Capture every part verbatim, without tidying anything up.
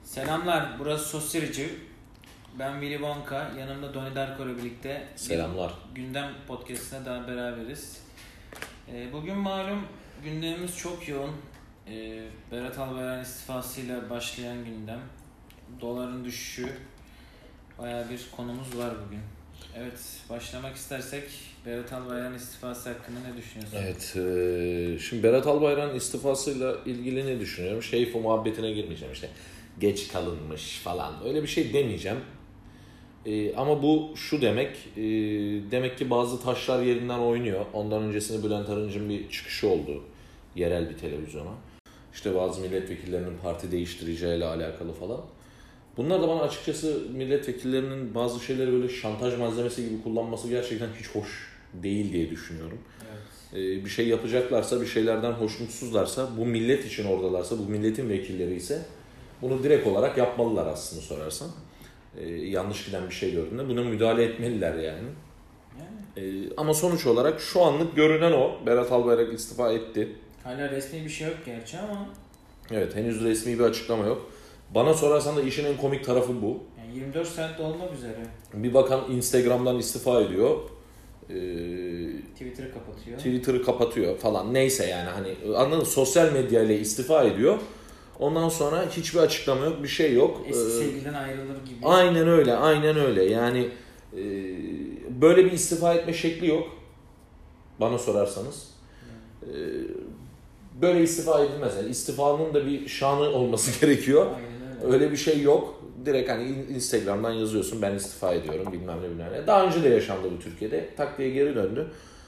Selamlar, burası Sosyoloji. Ben Willy Wonka, yanımda Donnie Darko ile birlikte Selamlar. Gündem Podcast'ine daha beraberiz. Bugün malum gündemimiz çok yoğun. Berat Albayrak'ın istifasıyla başlayan gündem. Doların düşüşü. Bayağı bir konumuz var bugün. Evet, başlamak istersek Berat Albayrak'ın istifası hakkında ne düşünüyorsun? Evet, e, şimdi Berat Albayrak'ın istifasıyla ilgili ne düşünüyorum? Şeyfo muhabbetine girmeyeceğim işte. Geç kalınmış falan, öyle bir şey demeyeceğim. E, ama bu şu demek, e, demek ki bazı taşlar yerinden oynuyor. Ondan öncesinde Bülent Arınç'ın bir çıkışı oldu yerel bir televizyona. İşte bazı milletvekillerinin parti değiştireceğiyle alakalı falan. Bunlar da bana açıkçası milletvekillerinin bazı şeyleri böyle şantaj malzemesi gibi kullanması gerçekten hiç hoş değil diye düşünüyorum. Evet. Ee, bir şey yapacaklarsa, bir şeylerden hoşnutsuzlarsa, bu millet için oradalarsa, bu milletin vekilleri ise bunu direkt olarak yapmalılar aslında sorarsan. Ee, yanlış giden bir şey gördüğünde buna müdahale etmeliler yani. yani. Ee, ama sonuç olarak şu anlık görünen o. Berat Albayrak istifa etti. Hala resmi bir şey yok gerçi ama. Evet, henüz resmi bir açıklama yok. Bana sorarsan da işin en komik tarafı bu. Yani yirmi dört saatte olmak üzere. Bir bakan Instagram'dan istifa ediyor. Ee, Twitter'ı kapatıyor. Twitter'ı kapatıyor falan. Neyse yani hani anladın mı? Sosyal medyayla istifa ediyor. Ondan sonra hiçbir açıklama yok, bir şey yok. Eski ee, sevgiliden ayrılır gibi. Aynen öyle, aynen öyle. Yani e, böyle bir istifa etme şekli yok. Bana sorarsanız. Hmm. E, böyle istifa edilmez. Yani istifanın da bir şanı olması gerekiyor. Aynen öyle. Öyle bir şey yok. Direkt hani Instagram'dan yazıyorsun, ben istifa ediyorum bilmem ne bilmem ne. Daha önce de yaşandı bu Türkiye'de. Tak diye geri döndü.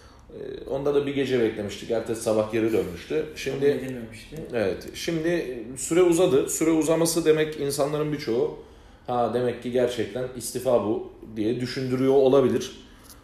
Ee, onda da bir gece beklemiştik. Ertesi sabah geri dönmüştü. Şimdi edilmemişti. Evet. Şimdi süre uzadı. Süre uzaması demek insanların birçoğu ha demek ki gerçekten istifa bu diye düşündürüyor olabilir.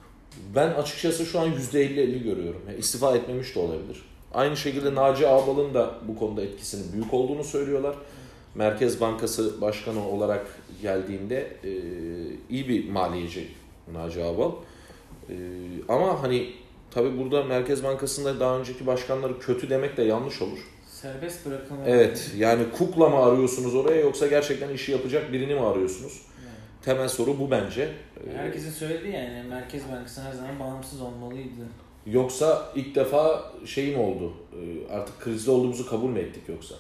Ben açıkçası şu an yüzde elli elli görüyorum. Yani istifa etmemiş de olabilir. Aynı şekilde Naci Ağbal'ın da bu konuda etkisinin büyük olduğunu söylüyorlar. Merkez Bankası Başkanı olarak geldiğinde e, iyi bir maliyeci Naci Ağbal. E, ama hani tabii burada Merkez Bankası'nda daha önceki başkanları kötü demek de yanlış olur. Serbest bırakılma. Evet, yani kukla mı arıyorsunuz oraya yoksa gerçekten işi yapacak birini mi arıyorsunuz? Evet. Temel soru bu bence. Herkesin söylediği yani Merkez Bankası her zaman bağımsız olmalıydı. Yoksa ilk defa şey mi oldu? Artık krizde olduğumuzu kabul mü ettik yoksa?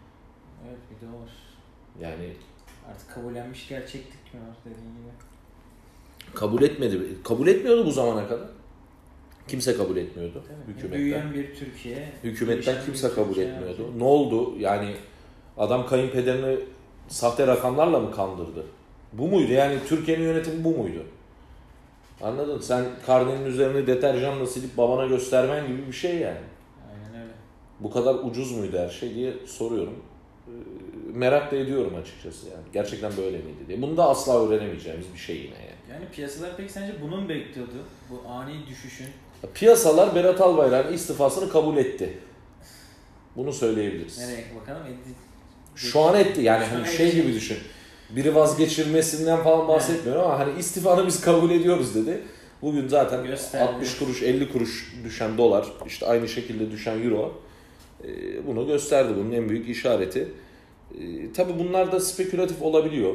Evet, bir de o var. Yani artık kabullenmiş gerçeklik mi var dediğin gibi? Kabul etmedi. Kabul etmiyordu bu zamana kadar. Kimse kabul etmiyordu hükümetten. Büyüyen bir Türkiye. Hükümetten kimse kabul etmiyordu. Var. Ne oldu? Yani adam kayınpederini sahte rakamlarla mı kandırdı? Bu muydu? Yani Türkiye'nin yönetimi bu muydu? Anladın? Sen karnenin üzerine deterjanla silip babana göstermen gibi bir şey yani. Aynen öyle. Bu kadar ucuz muydu her şey diye soruyorum. Merak da ediyorum açıkçası yani. Gerçekten böyle miydi diye. Bunu da asla öğrenemeyeceğimiz bir şey yine yani. Yani piyasalar peki sence bunu mu bekliyordu? Bu ani düşüşün. Piyasalar Berat Albayrak'ın istifasını kabul etti. Bunu söyleyebiliriz. Nereye bakalım? Etti. Şu an etti yani hani şey gibi düşün. Biri vazgeçirmesinden falan bahsetmiyorum ama hani istifanı biz kabul ediyoruz dedi. Bugün zaten gösterdi. altmış kuruş elli kuruş düşen dolar, işte aynı şekilde düşen euro bunu gösterdi. Bunun en büyük işareti. Tabii bunlar da spekülatif olabiliyor.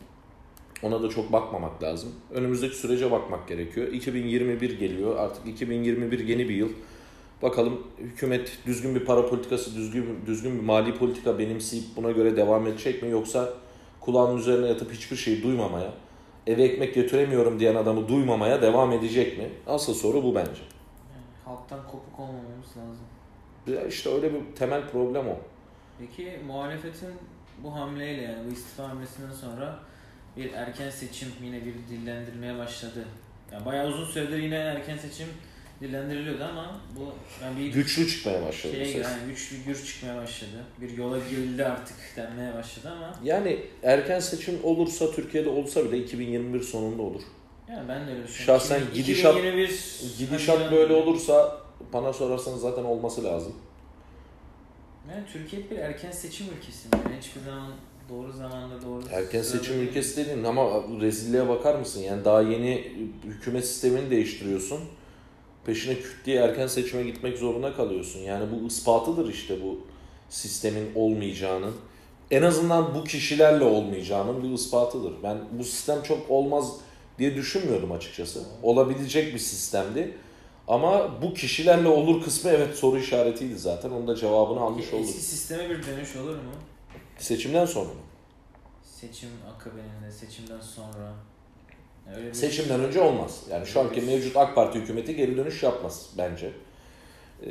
Ona da çok bakmamak lazım. Önümüzdeki sürece bakmak gerekiyor. iki bin yirmi bir geliyor. Artık iki bin yirmi bir yeni bir yıl. Bakalım hükümet düzgün bir para politikası, düzgün, düzgün bir mali politika benimseyip buna göre devam edecek mi? Yoksa kulağının üzerine yatıp hiçbir şeyi duymamaya, eve ekmek götüremiyorum diyen adamı duymamaya devam edecek mi? Asıl soru bu bence. Yani halktan kopuk olmamamız lazım. Ya işte öyle bir temel problem o. Peki muhalefetin bu hamleyle yani bu istifa hamlesinden sonra bir erken seçim yine bir dillendirmeye başladı. Yani bayağı uzun süredir yine erken seçim dillendiriliyordu ama bu yani bir güçlü çıkmaya başladı. Şeye, yani güçlü gür çıkmaya başladı. Bir yola girildi artık denmeye başladı ama. Yani erken seçim olursa Türkiye'de olsa bile iki bin yirmi bir sonunda olur. Yani ben de öyle düşünüyorum. Şahsen gidişat gidişat böyle olursa bana sorarsanız zaten olması lazım. Yani Türkiye bir erken seçim ülkesi. Yani hiçbir zaman doğru zamanda doğru... Erken seçim ülkesi dedin ama rezilliğe bakar mısın? Yani daha yeni hükümet sistemini değiştiriyorsun. Peşine küt diye erken seçime gitmek zorunda kalıyorsun. Yani bu ispatıdır işte bu sistemin olmayacağının. en azından bu kişilerle olmayacağının bir ispatıdır. Ben bu sistem çok olmaz diye düşünmüyordum açıkçası. Olabilecek bir sistemdi. Ama bu kişilerle olur kısmı evet soru işaretiydi zaten. Onun da cevabını almış olduk. Eski sisteme bir dönüş olur mu? Seçimden sonra mı? Seçim akabininde, seçimden sonra. Yani öyle bir Seçimden önce olmaz. Yani şu anki mevcut AK Parti hükümeti geri dönüş yapmaz bence. Ee,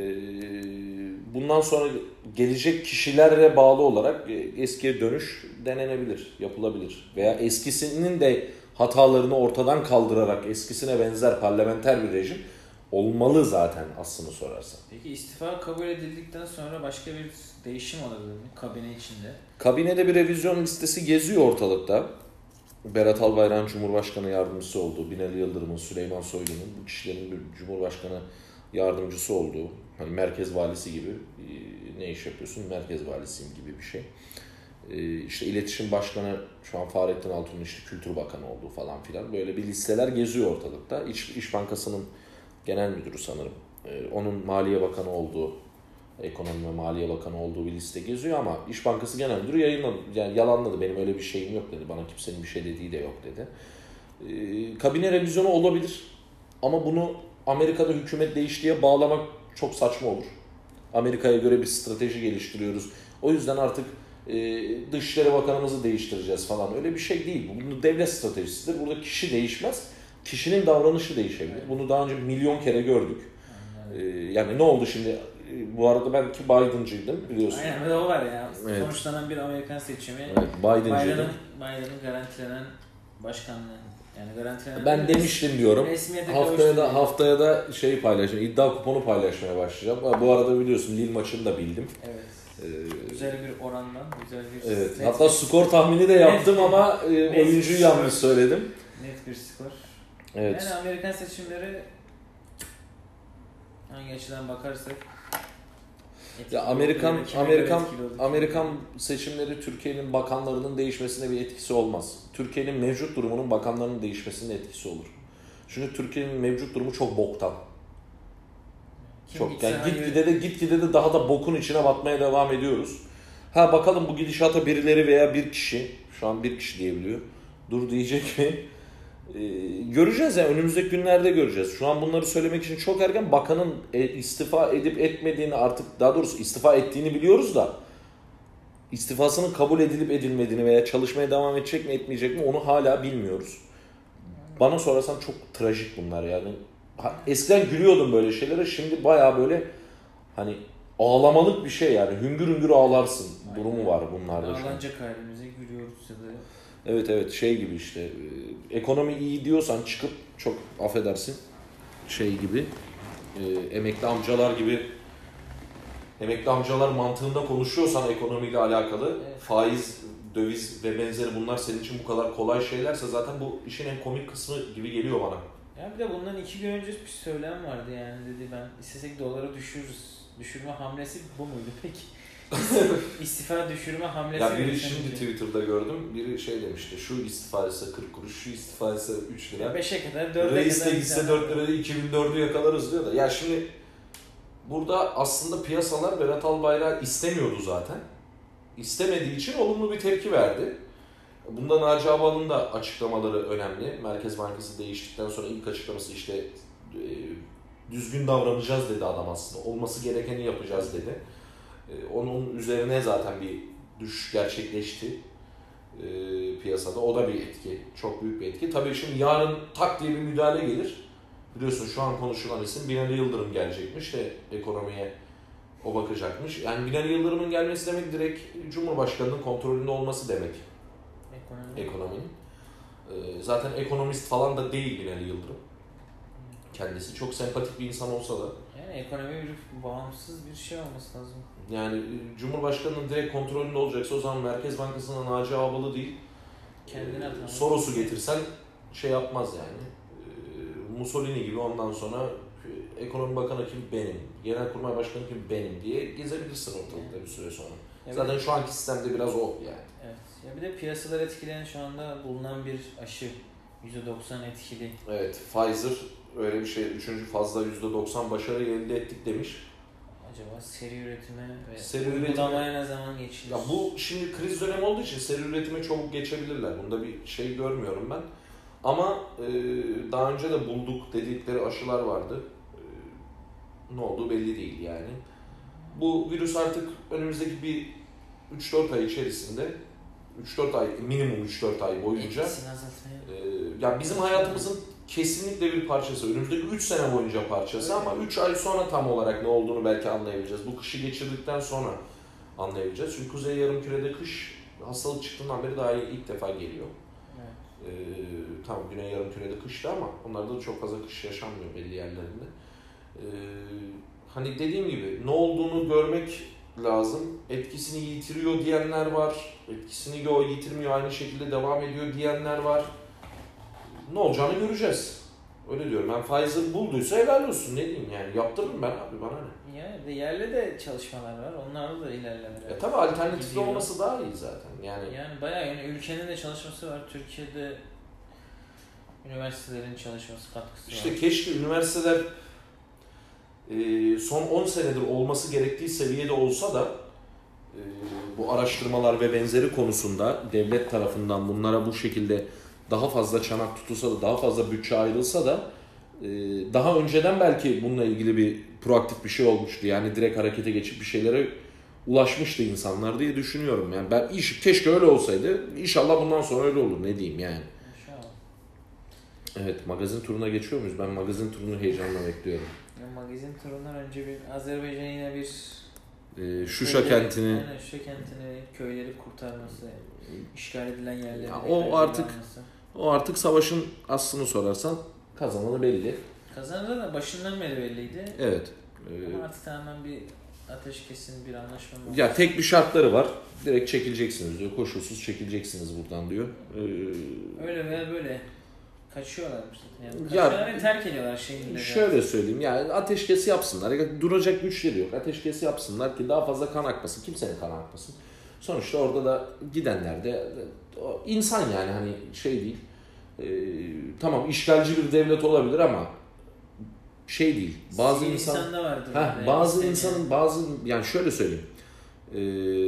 bundan sonra gelecek kişilere bağlı olarak eskiye dönüş denenebilir, yapılabilir. Veya eskisinin de hatalarını ortadan kaldırarak eskisine benzer parlamenter bir rejim olmalı zaten aslını sorarsan. Peki istifa kabul edildikten sonra başka bir değişim olabilir mi kabine içinde? Kabinede bir revizyon listesi geziyor ortalıkta. Berat Albayrak'ın Cumhurbaşkanı yardımcısı olduğu, Binali Yıldırım'ın, Süleyman Soylu'nun bu kişilerin bir Cumhurbaşkanı yardımcısı olduğu, hani merkez valisi gibi ne iş yapıyorsun? Merkez valisiyim gibi bir şey. İşte iletişim başkanı şu an Fahrettin Altun'un işte Kültür Bakanı olduğu falan filan böyle bir listeler geziyor ortalıkta. İş, İş Bankası'nın genel müdürü sanırım. Onun Maliye Bakanı olduğu, Ekonomi ve Maliye Bakanı olduğu bir liste geziyor ama İş Bankası Genel Müdürü yayınladı. Yani yalanladı. Benim öyle bir şeyim yok dedi. Bana kimsenin bir şey dediği de yok dedi. Ee, kabine revizyonu olabilir. Ama bunu Amerika'da hükümet değiştiğe bağlamak çok saçma olur. Amerika'ya göre bir strateji geliştiriyoruz. O yüzden artık e, Dışişleri Bakanımızı değiştireceğiz falan. Öyle bir şey değil. Bu devlet stratejisidir. Burada kişi değişmez. Kişinin davranışı değişebilir. Bunu daha önce milyon kere gördük. Ee, yani ne oldu şimdi? Bu arada ben ki Biden'cıydım biliyorsun. Aynen o var ya. Evet. Sonuçlanan bir Amerikan seçimi. Evet, Biden'cıydım. Biden'ın, Biden'ın garantilenen başkanlığı. Yani garantilenen. Ben demiştim diyorum. Haftaya da haftaya da şey paylaşacağım. İddia kuponu paylaşmaya başlayacağım. Bu arada biliyorsun Lille maçını da bildim. Evet. Ee, güzel bir orandan, güzel bir. Evet. Hatta bir skor tahmini de yaptım ama e, oyuncuyu yanlış söyledim. Net bir skor. Evet. Yani Amerikan seçimleri hangi açıdan bakarsak ya Amerikan Amerikan Amerikan seçimleri Türkiye'nin bakanlarının değişmesine bir etkisi olmaz. Türkiye'nin mevcut durumunun bakanlarının değişmesine etkisi olur. Çünkü Türkiye'nin mevcut durumu çok boktan. Kim çok yani gitgide de gitgide de daha da bokun içine batmaya devam ediyoruz. Ha bakalım bu gidişata birileri veya bir kişi, şu an bir kişi diyebiliyor. Dur diyecek mi? Ee, göreceğiz yani önümüzdeki günlerde göreceğiz. Şu an bunları söylemek için çok erken. Bakanın e, istifa edip etmediğini artık daha doğrusu istifa ettiğini biliyoruz da istifasının kabul edilip edilmediğini veya çalışmaya devam edecek mi etmeyecek mi onu hala bilmiyoruz. Bana sorarsan çok trajik bunlar yani. Ha, eskiden gülüyordum böyle şeylere, şimdi bayağı böyle hani ağlamalık bir şey yani. Hüngür hüngür ağlarsın. Aynen. Durumu var bunlarda. Ağlanacak halimize gülüyoruz ya da. Evet evet şey gibi işte e, ekonomi iyi diyorsan çıkıp çok affedersin şey gibi e, emekli amcalar gibi emekli amcalar mantığında konuşuyorsan ekonomiyle alakalı evet. Faiz, döviz ve benzeri bunlar senin için bu kadar kolay şeylerse zaten bu işin en komik kısmı gibi geliyor bana. Ya bir de bundan iki gün önce bir söylem vardı yani dedi ben istesek doları düşürürüz. Düşürme hamlesi bu muydu peki? İstifa düşürme hamlesi. Ya biri şimdi Twitter'da gördüm. Biri şey demişti. Şu istifa ise kırk kuruş, şu istifa ise üç lira. beşe kadar, dörde kadar. Reis de gitse dört lirada iki bin dördü yakalarız diyor da. Ya şimdi burada aslında piyasalar Berat Albayrak istemiyordu zaten. İstemediği için olumlu bir tepki verdi. Bunda Naci Ağbal'ın da açıklamaları önemli. Merkez Bankası değiştikten sonra ilk açıklaması işte e, düzgün davranacağız dedi adam aslında. Olması gerekeni yapacağız dedi. Onun üzerine zaten bir düşüş gerçekleşti e, piyasada. O da bir etki. Çok büyük bir etki. Tabii şimdi yarın tak diye bir müdahale gelir. Biliyorsun şu an konuşulan isim Binali Yıldırım gelecekmiş de ekonomiye o bakacakmış. Yani Binali Yıldırım'ın gelmesi demek direkt Cumhurbaşkanı'nın kontrolünde olması demek. Ekonomi. Ekonominin. E, zaten ekonomist falan da değil Binali Yıldırım. Kendisi çok sempatik bir insan olsa da. Yani ekonomi bir bağımsız bir şey olması lazım. Yani Cumhurbaşkanı'nın direkt kontrolünde olacaksa o zaman Merkez Bankası'nın Naci Ağbal'ı değil, kendine e, Soros'u getirsen şey yapmaz yani. E, Mussolini gibi ondan sonra e, Ekonomi Bakanı kim benim, Genelkurmay Başkanı kim benim diye gezebilirsin ortalıkta yani. Bir süre sonra. Ya zaten bir, şu anki sistemde biraz o yani. Evet. Ya bir de piyasalar etkileyen şu anda bulunan bir aşı yüzde doksan etkili. Evet, Pfizer öyle bir şey üçüncü fazla yüzde doksan başarı elde ettik demiş. acaba? Seri üretime ve Seri uygulamaya ne zaman geçilir? Ya bu şimdi kriz dönemi olduğu için seri üretime çabuk geçebilirler. Bunda bir şey görmüyorum ben. Ama e, daha önce de bulduk dedikleri aşılar vardı. E, ne olduğu belli değil yani. Bu virüs artık önümüzdeki bir üç dört ay içerisinde üç dört ay, minimum üç dört ay boyunca e, yani bizim hayatımızın kesinlikle bir parçası. Önümüzdeki üç sene boyunca parçası. Evet. Ama üç ay sonra tam olarak ne olduğunu belki anlayabileceğiz. Bu kışı geçirdikten sonra anlayabileceğiz. Çünkü Kuzey Yarımküre'de kış hastalık çıktığından beri daha ilk defa geliyor. Evet. Ee, tamam Güney Yarımküre'de kıştı ama onlarda da çok fazla kış yaşanmıyor belli yerlerinde. Ee, hani dediğim gibi ne olduğunu görmek lazım. Etkisini yitiriyor diyenler var. Etkisini yitirmiyor, aynı şekilde devam ediyor diyenler var. Ne olacağını göreceğiz. Öyle diyorum. Ben Pfizer bulduysa helal olsun. Ne diyeyim yani. Yaptırırım ben abi, bana ne. Ya yerli de çalışmalar var. Onlarda da ilerlemeler. E tabi alternatifli olması daha iyi zaten. Yani yani bayağı yani ülkenin de çalışması var. Türkiye'de üniversitelerin çalışması, katkısı işte var. İşte keşke üniversiteler e, son on senedir olması gerektiği seviyede olsa da e, bu araştırmalar ve benzeri konusunda devlet tarafından bunlara bu şekilde daha fazla çanak tutulsa da, daha fazla bütçe ayrılsa da e, daha önceden belki bununla ilgili bir proaktif bir şey olmuştu. Yani direkt harekete geçip bir şeylere ulaşmıştı insanlar diye düşünüyorum. Yani ben iş, keşke öyle olsaydı. İnşallah bundan sonra öyle olur. Ne diyeyim yani. İnşallah. Evet, magazin turuna geçiyor muyuz? Ben magazin turunu heyecanla bekliyorum. Ya, magazin turundan önce bir Azerbaycan yine bir Ee, Şuşa köyleri, kentini yani Şuşa kentini, köyleri kurtarması, işgal edilen yerleri ya o artık alması. O artık savaşın aslını sorarsan kazananı belli. Kazananı da başından beri belliydi. Evet. Ama artık tamamen bir ateşkesin, bir anlaşma mı? Ya tek bir şartları var. Direkt çekileceksiniz diyor. Koşulsuz çekileceksiniz buradan diyor. Ee, Öyle veya böyle kaçıyorlarmış zaten. Yani kaçıyorlar ve terk ediyorlar şeyini. Şöyle söyleyeyim yani ateşkes yapsınlar. Duracak güçleri yok. Ateşkes yapsınlar ki daha fazla kan akmasın. Kimsenin kan akmasın. Sonuçta orada da gidenler de insan yani hani şey değil. Ee, tamam işgalci bir devlet olabilir ama şey değil. Bazı Sivil insan insanda vardır. Heh, Yani bazı insanın yani. bazı yani şöyle söyleyeyim. Ee,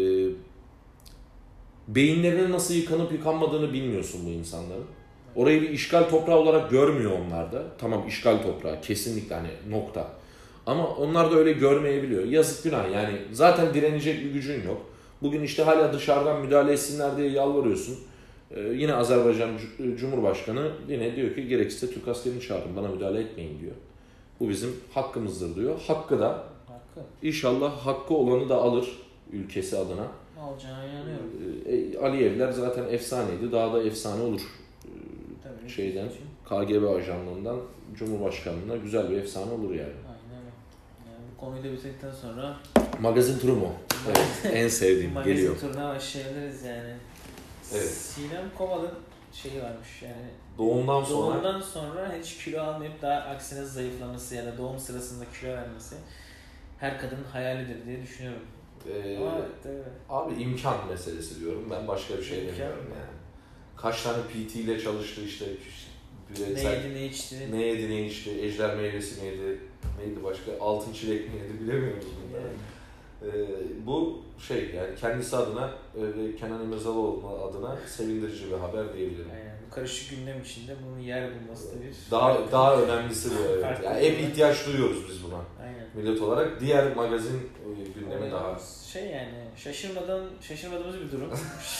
beyinlerinin nasıl yıkanıp yıkanmadığını bilmiyorsun bu insanların. Orayı bir işgal toprağı olarak görmüyor onlar da. Tamam işgal toprağı kesinlikle hani nokta. Ama onlar da öyle görmeyebiliyor. Yazık günah yani zaten direnecek bir gücün yok. Bugün işte hala dışarıdan müdahale etsinler diye yalvarıyorsun. Ee, yine Azerbaycan Cumhurbaşkanı yine diyor ki gerekirse Türk askerini çağırın bana müdahale etmeyin diyor. Bu bizim hakkımızdır diyor. Hakkı da hakkı. İnşallah hakkı olanı da alır ülkesi adına. Alacağına inanıyorum. Ee, Aliyevler zaten efsaneydi. Daha da efsane olur. Tabii, şeyden K G B ajanlığından Cumhurbaşkanlığına güzel bir efsane olur yani. Aynen öyle. Yani bu konuyu da bitirdikten sonra magazin turu mu? Evet, en sevdiğim magazin geliyor. Magazin turuna başlayabiliriz yani. Evet. Sinem Koval'ın şeyi varmış yani. Doğumdan sonra. Doğumdan sonra hiç kilo almayıp daha aksine zayıflaması ya da doğum sırasında kilo vermesi her kadının hayalidir diye düşünüyorum. Ee, Ama evet. Abi imkan meselesi diyorum. Ben başka bir şey imkan demiyorum yani. Kaç tane P T ile çalıştı işte. Ne yedi ne içti. Ne yedi ne içti. Ejder meyvesi mi yedi. Neydi başka? Altın çilek mi yedi bilemiyoruz bunları. Evet. Ee, bu şey yani kendisi adına ve Kenan İmirzalıoğlu adına sevindirici bir haber diyebilirim. Aynen. Bu karışık gündem içinde bunun yer bulması da bir... Daha farklı. Daha önemlisi bu evet. Yani hep ihtiyaç duyuyoruz biz buna. Aynen. Millet olarak diğer magazin gündemi Aynen. daha... Şey yani şaşırmadan şaşırmadığımız bir durum.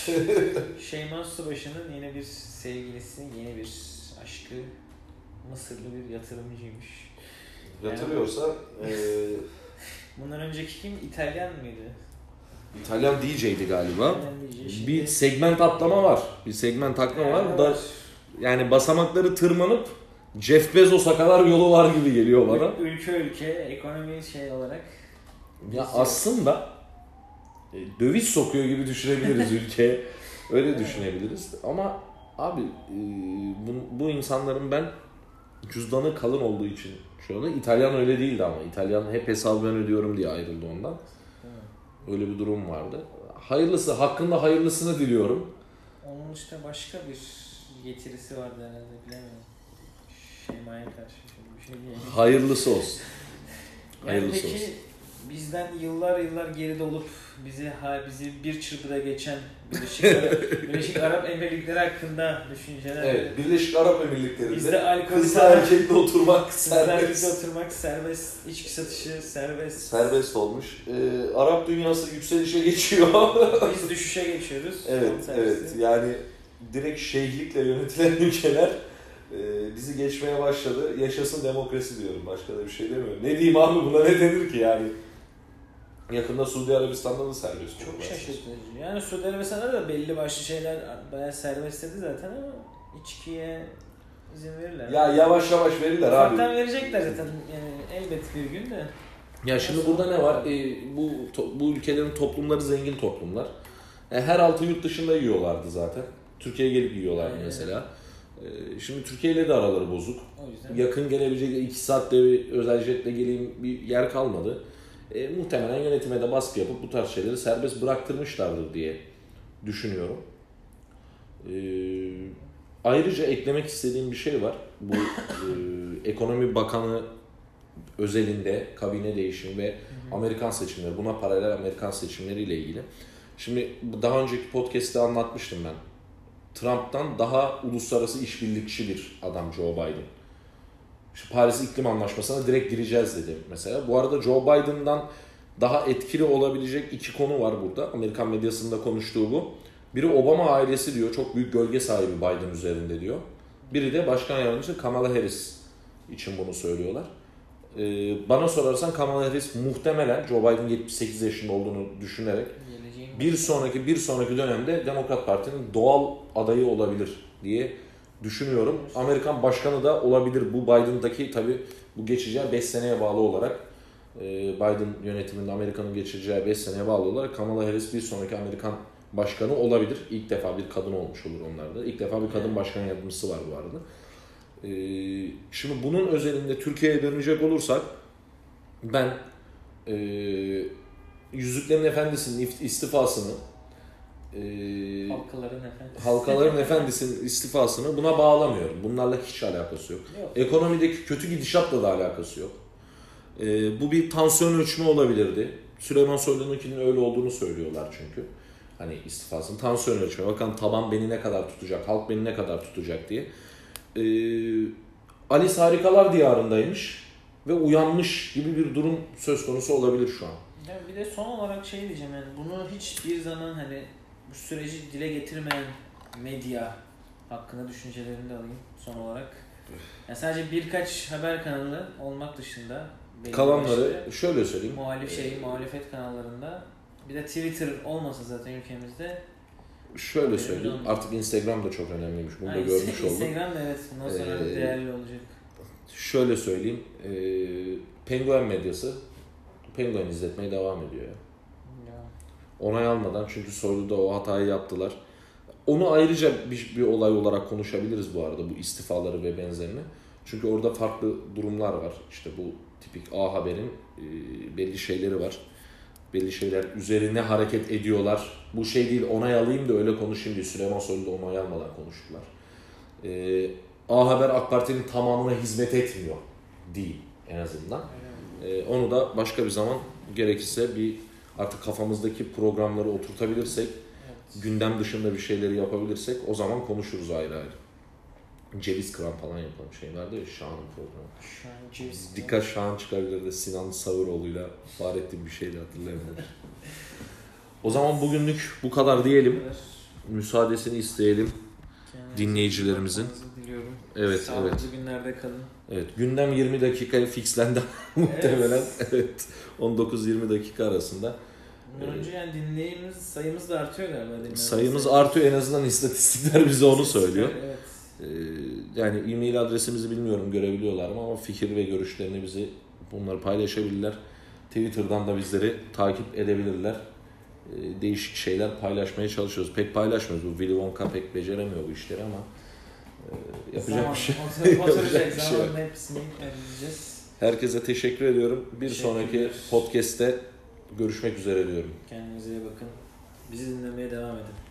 Şeyma Subaşı'nın yeni bir sevgilisi, yeni bir aşkı Mısırlı bir yatırımcıymış. Yatırıyorsa... Yani, e... Bundan önceki kim? İtalyan mıydı? İtalyan D J'di galiba. D J. Şimdi... Bir segment atlama var. Bir segment atlama var. var. Da, yani basamakları tırmanıp Jeff Bezos'a kadar yolu var gibi geliyor bana. Ülke ülke ekonomi şey olarak. Ya aslında e, döviz sokuyor gibi düşünebiliriz ülkeye. Öyle evet. düşünebiliriz. Ama abi e, bu, bu insanların ben cüzdanı kalın olduğu için şu anda İtalyan öyle değildi ama İtalyan hep hesabı ben ödüyorum diye ayrıldı ondan. Öyle bir durum vardı. Hayırlısı, hakkında hayırlısını diliyorum. Onun işte başka bir getirisi vardı herhalde bilemiyorum. Şeyma'ya karşı bir şey diyeyim. Hayırlısı olsun. Yani Hayırlısı peki, olsun. bizden yıllar yıllar geride olup bizi ha bizi bir çırpıda geçen Birleşik Arap, Birleşik Arap Emirlikleri hakkında düşünceler. Evet, Birleşik Arap Emirlikleri'nde bizde alkol kızla erkekle oturmak serbest. serbest. oturmak serbest, içki satışı serbest. Serbest olmuş. Ee, Arap dünyası yükselişe geçiyor. Biz düşüşe geçiyoruz. Evet, evet. Yani direkt şeyhlikle yönetilen ülkeler e, bizi geçmeye başladı. Yaşasın demokrasi diyorum. Başka da bir şey demiyorum. Ne diyeyim abi, buna ne denir ki yani? Yakında Suudi Arabistan'da da serbest. Çok şaşırtıcı. Yani Suudi Arabistan'da da belli başlı şeyler bayağı serbest dedi zaten ama içkiye izin verirler. Ya yavaş yavaş verirler abi. Ufaktan verecekler zaten yani elbet bir gün de. Ya şimdi burada ne var? Ee, bu to, bu ülkelerin toplumları zengin toplumlar. Yani her altı yurt dışında yiyorlardı zaten. Türkiye'ye gelip yiyorlardı Aynen. mesela. Ee, şimdi Türkiye ile de araları bozuk. O yüzden. Yakın gelebilecek iki saatte bir özel jetle geleyim bir yer kalmadı. E, muhtemelen yönetime de baskı yapıp bu tarz şeyleri serbest bıraktırmışlardır diye düşünüyorum. E, ayrıca eklemek istediğim bir şey var. Bu e, Ekonomi Bakanı özelinde kabine değişimi ve Amerikan seçimleri, buna paralel Amerikan seçimleriyle ilgili. Şimdi daha önceki podcast'te anlatmıştım ben. Trump'tan daha uluslararası işbirlikçi bir adam Joe Biden. İşte Paris İklim Anlaşması'na direkt gireceğiz dedi mesela. Bu arada Joe Biden'dan daha etkili olabilecek iki konu var burada. Amerikan medyasında konuştuğu bu. Biri Obama ailesi diyor. Çok büyük gölge sahibi Biden üzerinde diyor. Biri de Başkan Yardımcısı Kamala Harris için bunu söylüyorlar. Ee, bana sorarsan Kamala Harris muhtemelen Joe Biden yetmiş sekiz yaşında olduğunu düşünerek bir sonraki bir sonraki dönemde Demokrat Parti'nin doğal adayı olabilir diye düşünüyorum. Amerikan başkanı da olabilir. Bu Biden'daki tabii bu geçeceği beş seneye bağlı olarak Biden yönetiminde Amerika'nın geçireceği beş seneye bağlı olarak Kamala Harris bir sonraki Amerikan başkanı olabilir. İlk defa bir kadın olmuş olur onlarda. İlk defa bir kadın başkan yardımcısı var bu arada. Şimdi bunun özelinde Türkiye'ye dönecek olursak ben Yüzüklerin Efendisi'nin istifasını Halkaların Efendisi. Halkaların Efendisi'nin istifasını buna bağlamıyorum. Bunlarla hiç alakası yok. yok. Ekonomideki kötü gidişatla da alakası yok. Ee, bu bir tansiyon ölçümü olabilirdi. Süleyman Soylu'nunkinin öyle olduğunu söylüyorlar çünkü. Hani istifasının tansiyon ölçümü. Bakın taban beni ne kadar tutacak, halk beni ne kadar tutacak diye. Ee, Alice Harikalar Diyarı'ndaymış ve uyanmış gibi bir durum söz konusu olabilir şu an. Ya bir de son olarak şey diyeceğim yani bunu hiçbir zaman hani bu süreci dile getirmeyen medya hakkında düşüncelerini de alayım son olarak. Yani sadece birkaç haber kanalı olmak dışında kalanları şöyle söyleyeyim. Muhalif şey, ee, muhalefet kanallarında bir de Twitter olmasa zaten ülkemizde. Şöyle söyleyeyim. Artık Instagram da çok önemliymiş. Bunu da görmüş olduk. Instagram da evet. Bundan sonra ee, değerli olacak. Şöyle söyleyeyim. E, Penguen medyası Penguen izletmeye devam ediyor ya. ya. Onay almadan çünkü Soylu'da o hatayı yaptılar. Onu ayrıca bir, bir olay olarak konuşabiliriz bu arada bu istifaları ve benzerini. Çünkü orada farklı durumlar var. İşte bu tipik A Haber'in e, belli şeyleri var. Belli şeyler üzerine hareket ediyorlar. Bu şey değil onay alayım da öyle konuşayım diye Süleyman Soylu'da onay almadan konuştular. E, A Haber AK Parti'nin tamamına hizmet etmiyor değil en azından. E, onu da başka bir zaman gerekirse bir artık kafamızdaki programları oturtabilirsek, evet. Gündem dışında bir şeyleri yapabilirsek o zaman konuşuruz ayrı ayrı. Ceviz kıran falan yapalım şey vardı ya Şahan'ın programı. Şahan, ceviz Dikkat Şahan çıkabilirdi Sinan Savuroğlu'yla Fahrettin bir şeydi hatırlayamadım. O zaman bugünlük bu kadar diyelim. Müsaadesini isteyelim kendinize dinleyicilerimizin. Diliyorum. Evet, sağlıklı evet. günlerde kalın. Evet, gündem yirmi dakikaya fixlendi muhtemelen. Evet. on dokuz yirmi dakika arasında. Bundan önce yani dinleyimiz sayımız da artıyor galiba. Sayımız sayı. artıyor en azından istatistikler bize onu söylüyor. Evet. Yani e-mail adresimizi bilmiyorum görebiliyorlar mı ama fikir ve görüşlerini bizi bunları paylaşabilirler. Twitter'dan da bizleri takip edebilirler. Değişik şeyler paylaşmaya çalışıyoruz. Pek paylaşmıyoruz. Bu Willy Wonka pek beceremiyor bu işleri ama yapacak zaman, bir şey yok. Oturacak zamanla hepsini öğreneceğiz. Herkese teşekkür ediyorum. Bir sonraki podcast'te görüşmek üzere diyorum. Kendinize iyi bakın. Bizi dinlemeye devam edin.